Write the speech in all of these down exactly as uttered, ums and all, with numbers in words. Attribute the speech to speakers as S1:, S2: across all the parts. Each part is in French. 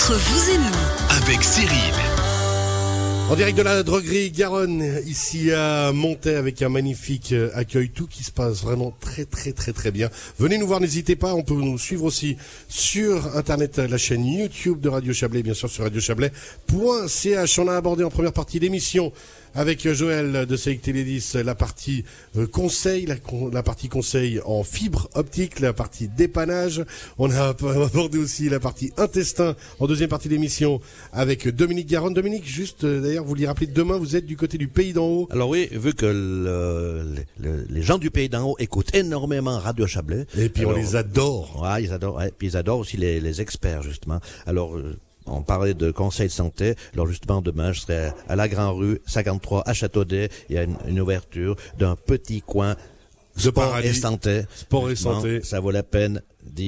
S1: Entre vous et nous,
S2: avec Cyril.
S3: En direct de la droguerie Garonne, ici à Montaix, avec un magnifique accueil, tout qui se passe vraiment très très très très bien. Venez nous voir, n'hésitez pas, on peut nous suivre aussi sur internet, la chaîne YouTube de Radio Chablais, bien sûr sur radio chablais point c h. On a abordé en première partie d'émission avec Joël de Seic Télédis la partie euh, conseil, la, la partie conseil en fibre optique, la partie dépannage. On a abordé aussi la partie intestin en deuxième partie d'émission avec Dominique Garonne. Dominique, juste euh, d'ailleurs, vous lui rappelez, demain vous êtes du côté du Pays d'en Haut.
S4: Alors oui, vu que le, le, les gens du Pays d'en Haut écoutent énormément Radio Chablais.
S3: Et puis
S4: alors,
S3: on les adore.
S4: Ouais, ils adorent. Ouais, puis ils adorent aussi les, les experts justement. Alors euh, on parlait de conseil de santé. Alors justement, demain, je serai à la Grand Rue cinquante-trois à Châteaudet. Il y a une, une ouverture d'un petit coin
S3: De
S4: sport
S3: paradis.
S4: et santé.
S3: Sport et
S4: Justement,
S3: santé.
S4: Ça vaut la peine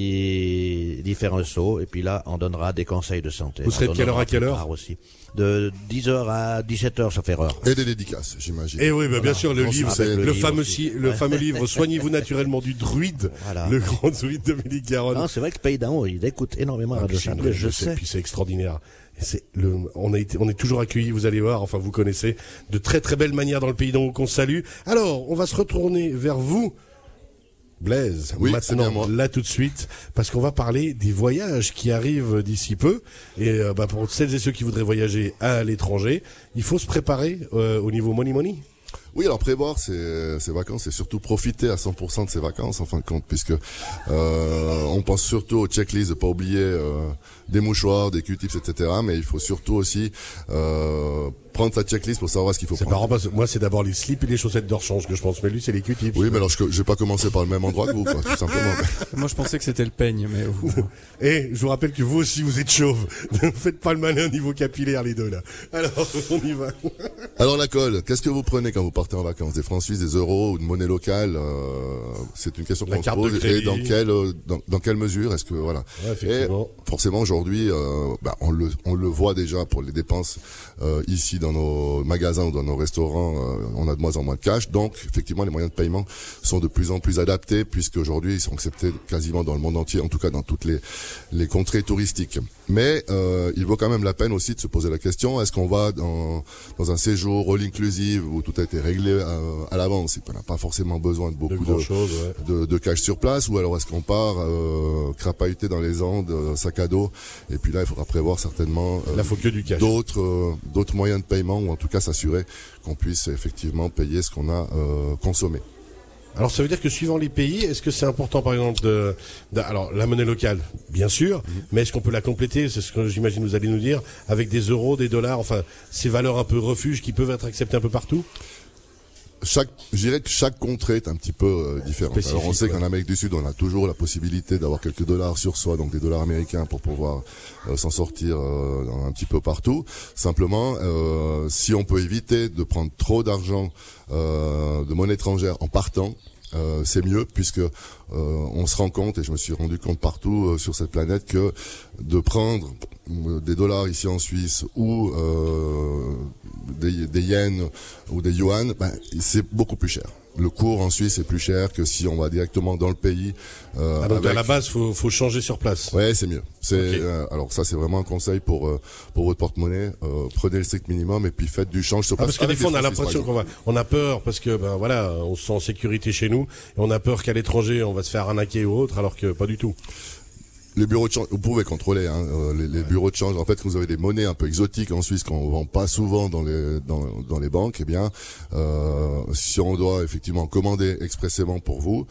S4: d'y, d'y faire un saut. Et puis là, on donnera des conseils de santé.
S3: Vous serez
S4: On
S3: de quelle heure
S4: donnera
S3: à quelle heure
S4: plus tard aussi. De dix heures à dix-sept heures, ça fait heure.
S5: Et des dédicaces, j'imagine.
S3: Et oui, bah, bien
S4: Voilà.
S3: sûr, le
S5: Grand
S3: livre,
S5: succès.
S3: le,
S4: Le
S3: fameux,
S4: livre
S3: si, le
S4: Ouais.
S3: fameux livre Soignez-vous naturellement du druide,
S4: Voilà.
S3: le grand druide Dominique Garonne.
S4: Non, c'est vrai que le Pays d'en Haut, il écoute énormément
S3: Ah,
S4: Radio
S3: puis c'est-
S4: Chablais, je sais.
S3: Puis c'est extraordinaire. Et c'est le, on a été, on est toujours accueillis, vous allez voir, enfin vous connaissez, de très très belles manières dans le Pays d'en Haut qu'on salue. Alors, on va se retourner vers vous, Blaise,
S5: Oui, c'est
S3: maintenant,
S5: bien moi.
S3: là tout de suite, parce qu'on va parler des voyages qui arrivent d'ici peu. Et euh, bah, pour celles et ceux qui voudraient voyager à l'étranger, il faut se préparer euh, au niveau money money.
S5: Oui, alors prévoir ses, ses vacances et surtout profiter à cent pour cent de ses vacances en fin de compte, puisque euh, on pense surtout aux checklists, de pas oublier euh, des mouchoirs, des Q-tips, et cetera. Mais il faut surtout aussi euh, prendre sa checklist pour savoir ce qu'il faut
S3: C'est
S5: prendre.
S3: marrant parce que moi c'est d'abord les slips et les chaussettes de rechange que je pense, mais lui c'est les Q-tips.
S5: Oui, mais alors je j'ai pas commencé par le même endroit que vous, quoi, tout simplement.
S6: Moi, je pensais que c'était le peigne, mais
S3: Et je vous rappelle que vous aussi vous êtes chauve. Ne faites pas le malin au niveau capillaire les deux là. Alors on y va.
S5: Alors la colle, qu'est-ce que vous prenez quand vous partez en vacances? Des francs suisses, des euros ou de monnaie locale? euh, C'est une question
S3: La
S5: qu'on se
S3: carte de
S5: pose. Et
S3: crédit.
S5: dans quelle euh, dans, dans quelle mesure est-ce que voilà?
S3: Ouais,
S5: Et
S3: effectivement.
S5: forcément aujourd'hui, euh, bah, on le on le voit déjà pour les dépenses euh, ici dans nos magasins ou dans nos restaurants, euh, on a de moins en moins de cash. Donc effectivement, les moyens de paiement sont de plus en plus adaptés, puisque aujourd'hui ils sont acceptés quasiment dans le monde entier, en tout cas dans toutes les les contrées touristiques. Mais euh, il vaut quand même la peine aussi de se poser la question, est-ce qu'on va dans, dans un séjour all inclusive où tout a été réglé à, à l'avance et qu'on n'a pas forcément besoin de
S3: De
S5: beaucoup
S3: grand
S5: de,
S3: chose, ouais.
S5: de, de cash sur place, ou alors est-ce qu'on part euh, crapahuter dans les Andes, euh, sac à dos, et puis là il faudra prévoir certainement euh,
S3: Là, faut que du cash.
S5: d'autres euh, d'autres moyens de paiement, ou en tout cas s'assurer qu'on puisse effectivement payer ce qu'on a euh, consommé.
S3: Alors ça veut dire que suivant les pays, est-ce que c'est important par exemple de, de alors la monnaie locale, bien sûr, mais est-ce qu'on peut la compléter, c'est ce que j'imagine vous allez nous dire, avec des euros, des dollars, enfin ces valeurs un peu refuge qui peuvent être acceptées un peu partout?
S5: Chaque, je dirais que chaque contrée est un petit peu euh, différente.
S3: Spécifique,
S5: Alors on sait
S3: ouais.
S5: qu'en Amérique du Sud, on a toujours la possibilité d'avoir quelques dollars sur soi, donc des dollars américains pour pouvoir euh, s'en sortir euh, un petit peu partout. Simplement, euh, si on peut éviter de prendre trop d'argent euh, de monnaie étrangère en partant, Euh, c'est mieux, puisque euh, on se rend compte, et je me suis rendu compte partout euh, sur cette planète, que de prendre euh, des dollars ici en Suisse ou euh, des, des yens ou des yuan, ben, c'est beaucoup plus cher. Le cours en Suisse est plus cher que si on va directement dans le pays. Euh,
S3: Ah, donc
S5: avec...
S3: à la base faut, faut changer sur place.
S5: Ouais, c'est mieux. C'est
S3: Ok.
S5: euh, alors ça, c'est vraiment un conseil pour euh, pour votre porte-monnaie. Euh, prenez le strict minimum et puis faites du change sur
S3: Ah,
S5: place.
S3: parce que des
S5: avec
S3: fois on a
S5: francs suisses,
S3: l'impression
S5: par
S3: qu'on va, on a peur parce que ben voilà, on se sent en sécurité chez nous et on a peur qu'à l'étranger on va se faire arnaquer ou autre, alors que pas du tout.
S5: Les bureaux de change, vous pouvez contrôler hein, euh, les, les bureaux de change. En fait, quand vous avez des monnaies un peu exotiques en Suisse qu'on vend pas souvent dans les dans, dans les banques, eh bien, euh, si on doit effectivement commander expressément pour vous,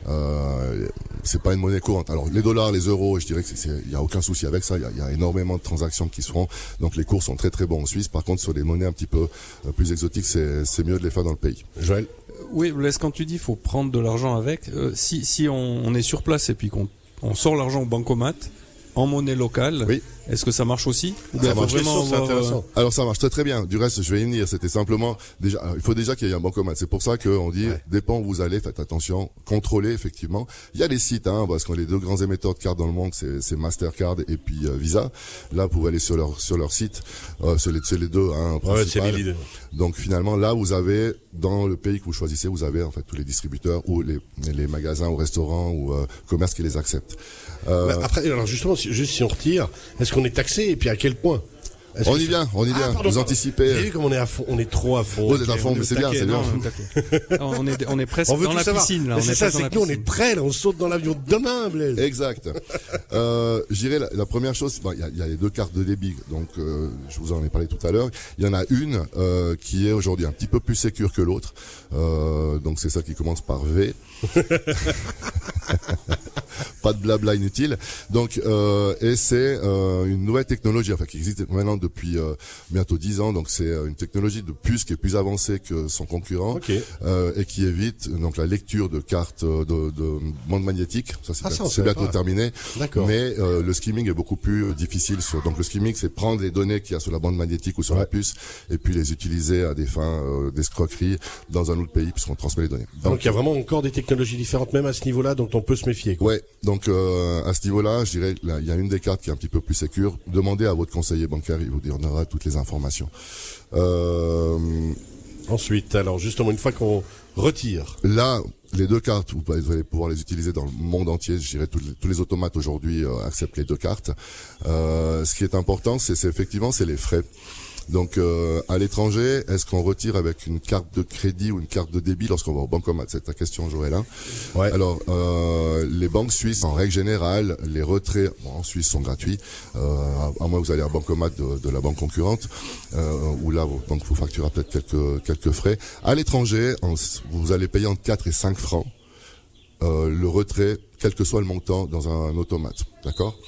S5: euh, c'est pas une monnaie courante. Alors les dollars, les euros, je dirais que c'est il y a aucun souci avec ça. Il y a, y a énormément de transactions qui se font, donc les cours sont très très bons en Suisse. Par contre, sur les monnaies un petit peu euh, plus exotiques, c'est c'est mieux de les faire dans le pays.
S3: Joël.
S6: oui, Blaise, quand tu dis faut prendre de l'argent avec, euh, si si on, on est sur place et puis qu'on on sort l'argent au bancomat en monnaie locale,
S5: Oui.
S6: est-ce que ça marche aussi? Ou
S5: Ça
S6: bien faut
S5: marche.
S6: vraiment
S3: C'est
S6: avoir,
S3: intéressant.
S5: Alors ça marche très très bien. Du reste, je vais y venir. C'était simplement déjà, il faut déjà qu'il y ait un bancomat. C'est pour ça qu'on dit,
S3: Ouais.
S5: dépend où vous allez, faites attention, contrôlez effectivement. Il y a les sites, hein, parce que les deux grands émetteurs de cartes dans le monde, c'est, c'est Mastercard et puis euh, Visa. Là, vous pouvez aller sur leur sur leur site. Euh, c'est les c'est les deux, hein,
S3: Ouais, c'est
S5: principal.
S3: les leaders.
S5: Donc finalement, là, vous avez dans le pays que vous choisissez, vous avez en fait tous les distributeurs ou les les magasins ou restaurants ou euh, commerces qui les acceptent. Euh,
S3: Bah, après, alors justement, si, juste si on retire, est-ce qu'on est taxé et puis à quel point? Est-ce
S5: On
S3: que
S5: y
S3: ça-
S5: vient, on y
S3: Ah,
S5: vient.
S3: pardon,
S5: Vous
S3: pardon.
S5: anticipez.
S3: Vous avez vu comme on est à fond, on est trop à fond.
S5: Vous êtes à
S3: Ok,
S5: fond,
S3: on est
S5: mais
S3: au
S5: c'est bien,
S3: taquet.
S5: c'est bien.
S6: Non, on est au taquet. On est, on est presque
S3: On veut
S6: dans
S3: tout
S6: la
S3: savoir.
S6: piscine, là.
S3: Mais
S6: On
S3: c'est
S6: est
S3: ça,
S6: presque
S3: c'est
S6: dans
S3: que
S6: la
S3: nous on est
S6: piscine.
S3: prêts, là, on saute dans l'avion demain, Blaise.
S5: Exact. Euh, je dirais la, la première chose, bon, il y, a, il y a les deux cartes de débit, donc euh, je vous en ai parlé tout à l'heure. Il y en a une euh, qui est aujourd'hui un petit peu plus sécure que l'autre, euh, donc c'est ça qui commence par V. Pas de blabla inutile. Donc euh, et c'est euh, une nouvelle technologie, enfin qui existe maintenant depuis euh, bientôt dix ans. Donc c'est euh, une technologie de puce qui est plus avancée que son concurrent.
S3: Ok.
S5: Euh, et qui évite donc la lecture de cartes euh, de, de bande magnétique. Ça c'est
S3: Ah, ça, on
S5: c'est
S3: savait
S5: bientôt
S3: pas.
S5: terminé.
S3: D'accord.
S5: Mais euh, le skimming est beaucoup plus euh, difficile. Sur, donc le skimming, c'est prendre les données qu'il y a sur la bande magnétique ou sur
S3: Ouais.
S5: la puce et puis les utiliser à des fins euh, d'escroquerie dans un autre pays puisqu'on transmet les données.
S3: Donc il y a vraiment encore des technologies différentes, même à ce niveau-là, dont on peut se méfier. Quoi.
S5: Ouais, donc euh, à ce niveau-là, je dirais, là, il y a une des cartes qui est un petit peu plus sécure. Demandez à votre conseiller bancaire, il vous donnera toutes les informations. Euh,
S3: Ensuite, alors justement, une fois qu'on retire,
S5: Là, les deux cartes, vous allez vous allez pouvoir les utiliser dans le monde entier. Je dirais tous les, tous les automates aujourd'hui euh, acceptent les deux cartes. Euh, ce qui est important, c'est c'est effectivement c'est les frais. Donc euh, à l'étranger, est-ce qu'on retire avec une carte de crédit ou une carte de débit lorsqu'on va au bancomat? C'est ta question, Joël.
S3: ouais.
S5: Alors, euh, les banques suisses, en règle générale, les retraits bon, en Suisse sont gratuits, euh, à, à moins que vous allez à un bancomat de, de la banque concurrente, euh, où là, vous, donc vous facturez peut-être quelques quelques frais. À l'étranger, en- vous allez payer entre quatre et cinq francs euh, le retrait, quel que soit le montant, dans un, un automate. D'accord.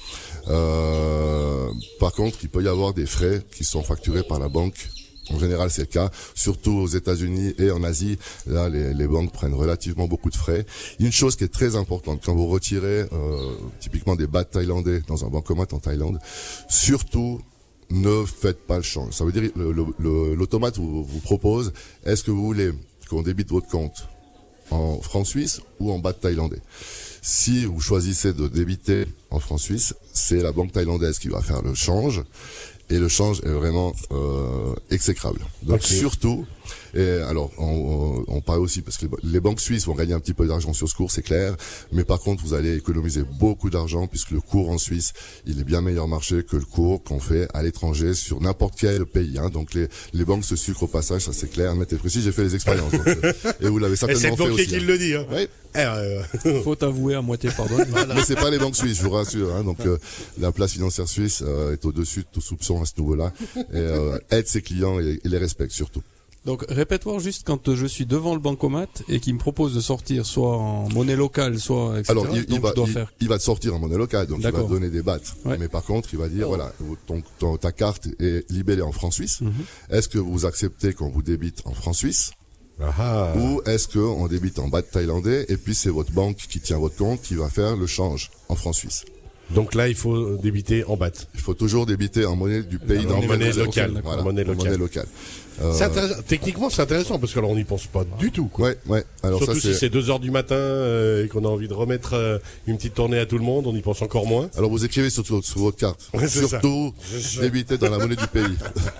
S5: Euh, par contre, il peut y avoir des frais qui sont facturés par la banque. En général, c'est le cas, surtout aux États-Unis et en Asie. Là, les, les banques prennent relativement beaucoup de frais. Une chose qui est très importante, quand vous retirez euh, typiquement des bahts thaïlandais dans un bancomat en Thaïlande, surtout ne faites pas le change. Ça veut dire le- le- le- l'automate vous, vous propose, est-ce que vous voulez qu'on débite votre compte en francs suisses ou en bahts thaïlandais? Si vous choisissez de débiter en francs suisses, c'est la banque thaïlandaise qui va faire le change. Et le change est vraiment euh, exécrable. Donc
S3: Ok.
S5: surtout, et alors on, on, on parle aussi parce que les banques suisses vont gagner un petit peu d'argent sur ce cours, c'est clair. Mais par contre, vous allez économiser beaucoup d'argent puisque le cours en Suisse, il est bien meilleur marché que le cours qu'on fait à l'étranger sur n'importe quel pays. Hein. Donc les, les banques se sucrent au passage, ça c'est clair, net et précis. J'ai fait les expériences. Donc, euh, et vous l'avez
S3: et c'est
S5: certainement
S3: le
S5: fait
S3: banquier
S5: aussi.
S3: qui
S5: hein.
S3: le dit. Hein.
S5: Oui.
S3: Eh, euh,
S6: Faut avouer à moitié pardon.
S5: Mais c'est pas les banques suisses, je vous rassure. Hein. Donc euh, la place financière suisse euh, est au-dessus de tout soupçon à ce niveau-là et euh, aide ses clients et, et les respecte surtout.
S6: Donc répète-moi juste quand je suis devant le bancomat et qu'il me propose de sortir soit en monnaie locale, soit et cetera.
S5: Alors il, il
S6: donc
S5: va
S6: je dois
S5: il,
S6: faire.
S5: il va te sortir en monnaie locale, donc il va
S6: D'accord.
S5: te donner des bahts.
S6: Ouais.
S5: Mais par contre, il va dire voilà, ton, ton- ta carte est libellée en francs suisses.
S6: Mhm.
S5: Est-ce que vous acceptez qu'on vous débite en francs suisses
S3: ah, ah.
S5: ou est-ce qu'on débite en bahts thaïlandais et puis c'est votre banque qui tient votre compte qui va faire le change en francs suisses?
S3: Donc là, il faut débiter en bahts.
S5: Il faut toujours débiter en monnaie du pays
S3: En
S5: dans lequel
S3: monnaie
S5: vous êtes.
S3: locale.
S5: Voilà,
S3: En monnaie
S5: en
S3: locale.
S5: monnaie locale. Euh,
S3: C'est intéressant. Techniquement, c'est intéressant parce que alors on n'y pense pas du tout. Quoi.
S5: ouais, ouais. Alors
S3: Surtout
S5: ça
S3: si
S5: c'est.
S3: c'est deux heures du matin euh, et qu'on a envie de remettre euh, une petite tournée à tout le monde, on y pense encore moins.
S5: Alors vous écrivez sur, sur, sur votre carte.
S3: Ouais, c'est
S5: Surtout débiter dans la monnaie du pays.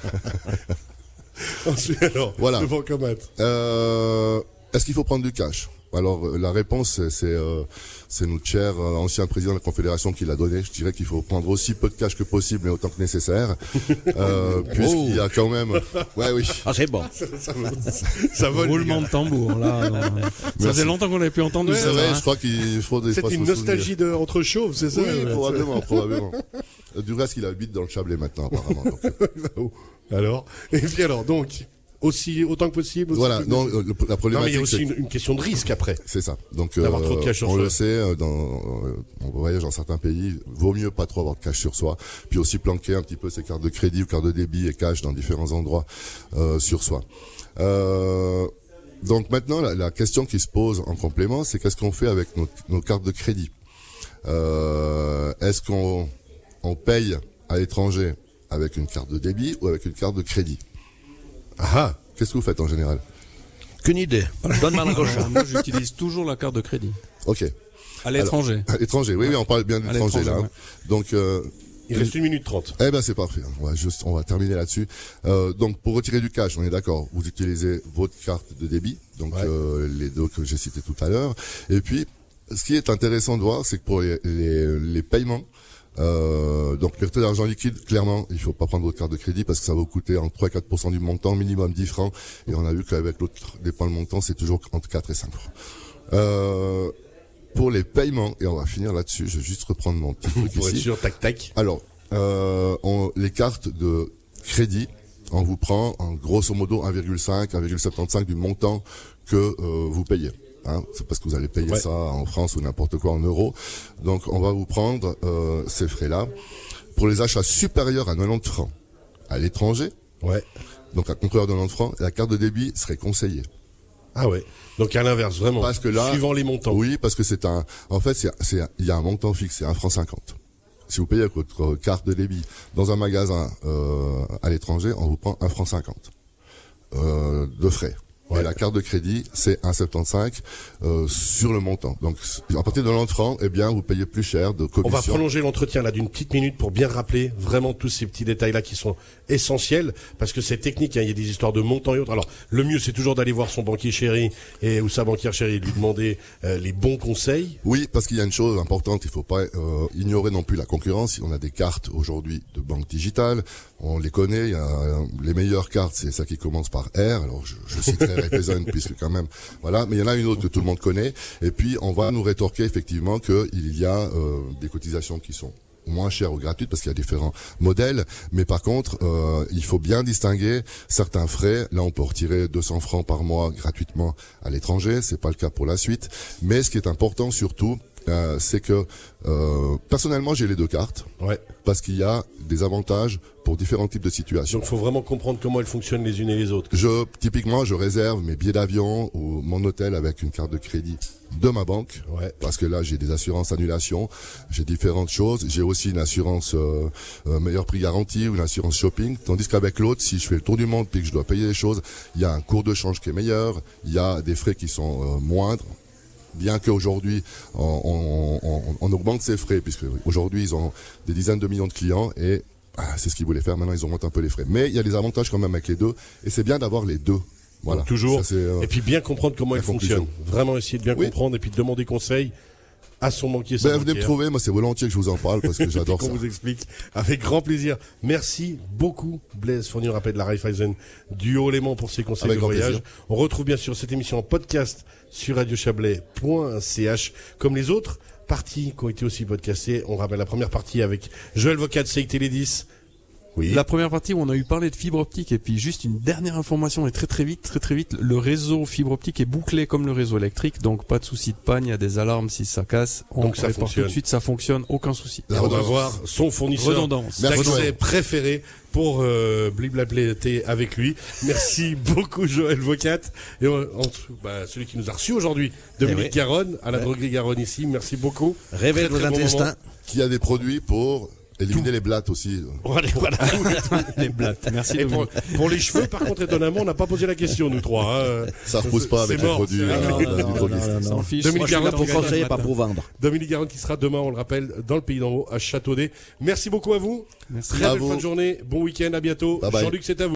S3: Ensuite, alors,
S5: Voilà.
S3: le bancomat.
S5: Euh, Est-ce qu'il faut prendre du cash? Alors euh, la réponse c'est c'est, euh, c'est notre cher euh, ancien président de la Confédération qui l'a donné. Je dirais qu'il faut prendre aussi peu de cash que possible mais autant que nécessaire, euh, puisqu'il y a quand même. Ouais oui.
S4: Ah, c'est bon.
S3: Ça, ça vole. les
S6: Roulement
S3: gars.
S6: de tambour là. non, mais- Ça
S5: Merci.
S6: faisait longtemps qu'on n'avait plus entendu
S3: Ouais,
S6: ça.
S5: C'est vrai,
S6: hein.
S5: je crois qu'il faut des
S3: C'est
S5: fois se
S3: une
S5: souvenir.
S3: nostalgie de entre chauves, c'est ça?
S5: Oui,
S3: euh,
S5: probablement, probablement. Euh, Du reste, il habite dans le Chablais maintenant, apparemment. donc.
S3: Alors, et puis alors, donc, aussi autant que possible. aussi
S5: Voilà,
S3: que-
S5: non, euh, le- la
S3: Non, mais il y a
S5: problématique,
S3: aussi
S5: c'est
S3: une, une question de risque après.
S5: c'est ça. Donc,
S3: D'avoir trop de cash sur
S5: on
S3: soi.
S5: le sait, euh, dans, euh, on voyage dans certains pays, vaut mieux pas trop avoir de cash sur soi, puis aussi planquer un petit peu ses cartes de crédit ou cartes de débit et cash dans différents endroits euh, sur soi. Euh, donc maintenant, la, la question qui se pose en complément, c'est qu'est-ce qu'on fait avec nos, nos cartes de crédit? Euh, est-ce qu'on on paye à l'étranger avec une carte de débit ou avec une carte de crédit?
S3: Ah,
S5: Qu'est-ce que vous faites en général?
S4: Qu'une idée. Donne-moi la gauche.
S6: Moi j'utilise toujours la carte de crédit.
S5: Ok.
S6: À l'étranger.
S5: À l'étranger, oui, oui, on parle bien de
S6: À
S5: l'étranger là.
S6: l'étranger,
S5: hein. Donc, euh,
S3: il reste une minute trente.
S5: eh ben c'est parfait. On va juste, on va terminer là-dessus. Euh, donc, pour retirer du cash, on est d'accord. Vous utilisez votre carte de débit, donc
S3: Ouais.
S5: euh, les deux que j'ai cités tout à l'heure. Et puis, ce qui est intéressant de voir, c'est que pour les, les, les paiements, Euh, donc les retraits d'argent liquide, clairement, il faut pas prendre votre carte de crédit parce que ça va vous coûter entre trois à quatre pour cent du montant, minimum dix francs. Et on a vu qu'avec l'autre dépend le montant, c'est toujours entre quatre et cinq francs. Euh, pour les paiements, et on va finir là-dessus, je vais juste reprendre mon petit truc
S3: Pour
S5: ici.
S3: être sûr, tac tac.
S5: Alors, euh, on, les cartes de crédit, on vous prend en grosso modo un virgule cinq, un virgule soixante-quinze du montant que euh, vous payez. Hein, c'est parce que vous allez payer
S3: Ouais.
S5: ça en France ou n'importe quoi en euros. Donc, on va vous prendre euh, ces frais-là. Pour les achats supérieurs à quatre-vingt-dix francs à l'étranger,
S3: Ouais.
S5: donc à compteur de quatre-vingt-dix francs, la carte de débit serait conseillée.
S3: Ah ouais. Donc à l'inverse, vraiment.
S5: Parce que là,
S3: suivant les montants.
S5: Oui, parce que c'est un, en fait, c'est, c'est, il y a un montant fixe, c'est un franc cinquante. Si vous payez avec votre carte de débit dans un magasin euh, à l'étranger, on vous prend un franc cinquante euh, de frais.
S3: Ouais.
S5: Et la carte de crédit, c'est un virgule soixante-quinze euh, sur le montant. Donc, à partir de quatre-vingt-dix francs, eh bien, vous payez plus cher de
S3: On
S5: commission.
S3: va prolonger l'entretien là d'une petite minute pour bien rappeler vraiment tous ces petits détails là qui sont essentiels parce que c'est technique, hein, il y a des histoires de montants et autres. Alors le mieux c'est toujours d'aller voir son banquier chéri et ou sa banquière chérie et lui demander euh, les bons conseils.
S5: Oui, parce qu'il y a une chose importante, il faut pas euh, ignorer non plus la concurrence. On a des cartes aujourd'hui de banque digitale, on les connaît. Il y a, euh, les meilleures cartes, c'est ça qui commence par R. Alors je, je citerai Raiffeisen puisque quand même, voilà. Mais il y en a une autre que tout le monde connaît. Et puis on va nous rétorquer effectivement qu'il y a euh, des cotisations qui sont moins chères ou gratuites parce qu'il y a différents modèles, mais par contre euh, il faut bien distinguer certains frais. Là on peut retirer deux cents francs par mois gratuitement à l'étranger, c'est pas le cas pour la suite, mais ce qui est important surtout euh, c'est que euh, personnellement j'ai les deux cartes
S3: Ouais.
S5: parce qu'il y a des avantages pour différents types de situations.
S3: Donc faut vraiment comprendre comment elles fonctionnent les unes et les autres.
S5: Je, typiquement, je réserve mes billets d'avion ou mon hôtel avec une carte de crédit de ma banque.
S3: Ouais.
S5: Parce que là, j'ai des assurances annulation, j'ai différentes choses. J'ai aussi une assurance euh, euh, meilleur prix garanti ou une assurance shopping. Tandis qu'avec l'autre, si je fais le tour du monde puis que je dois payer des choses, il y a un cours de change qui est meilleur, il y a des frais qui sont euh, moindres. Bien qu'aujourd'hui, on, on, on, on augmente ces frais, puisque aujourd'hui, ils ont des dizaines de millions de clients et ah, c'est ce qu'ils voulaient faire. Maintenant, ils augmentent un peu les frais. Mais il y a des avantages quand même avec les deux. Et c'est bien d'avoir les deux. Voilà.
S3: Donc, toujours.
S5: Ça, c'est, euh,
S3: Et puis bien comprendre comment
S5: la
S3: elles
S5: conclusion.
S3: fonctionnent. Vraiment essayer de bien
S5: Oui.
S3: comprendre et puis de demander conseil à son banquier. sa
S5: ben, venez me
S3: banquière.
S5: trouver. Moi, c'est volontiers que je vous en parle parce que j'adore
S3: Qu'on
S5: ça.
S3: vous explique avec grand plaisir. Merci beaucoup Blaise Fournier, rappel de la Raiffeisen du Haut-Léman pour ses conseils
S5: Avec
S3: de
S5: grand
S3: voyage.
S5: plaisir.
S3: On retrouve bien sûr cette émission en podcast sur radio chablais point c h comme les autres parties qui ont été aussi podcastées. On rappelle la première partie avec Joël Vocat de C I Télé dix. Oui.
S6: La première partie où on a eu parlé de fibre optique et puis juste une dernière information et très très vite, très très vite, le réseau fibre optique est bouclé comme le réseau électrique, donc pas de souci de panne, il y a des alarmes si ça casse, on
S3: Donc ça
S6: répare
S3: fonctionne.
S6: tout de suite, ça fonctionne, aucun souci.
S3: Et on va voir son fournisseur
S6: Redondance.
S5: Merci,
S3: d'accès
S5: Joël.
S3: préféré pour euh, bliblablé avec lui. Merci beaucoup Joël Vocat et on, on- bah, celui qui nous a reçu aujourd'hui, Dominique
S4: Eh oui.
S3: Garonne à la
S4: Ouais.
S3: droguerie Garonne ici. Merci beaucoup.
S4: Réveille
S3: Très,
S4: vos
S3: très bon
S4: intestins.
S3: moment.
S5: Qui a des produits pour éliminer les blattes aussi.
S3: Voilà, voilà.
S6: Les blattes. Merci
S3: Et pour,
S6: Dominique.
S3: pour les cheveux, par contre, étonnamment, on n'a pas posé la question, nous trois. Hein.
S5: Ça repousse pas
S3: C'est
S5: avec
S3: mort,
S5: les produits
S3: c'est-
S5: euh,
S3: Non,
S5: d'un
S4: non,
S5: hydrolysé.
S4: non, non,
S6: S'en
S4: non.
S6: fiche.
S3: Dominique
S6: Moi, je suis
S3: Garonne
S6: là
S4: Pour
S6: gagner le
S4: conseiller, pas
S6: matin.
S4: pour vendre.
S3: Dominique Garonne qui sera demain, on le rappelle, dans le Pays d'en haut, à Châteaudet. Merci beaucoup à vous.
S6: Merci.
S3: Très
S5: À
S3: belle
S5: vous.
S3: fin de journée. Bon week-end. À bientôt.
S5: Bye bye.
S3: Jean-Luc, c'est à vous.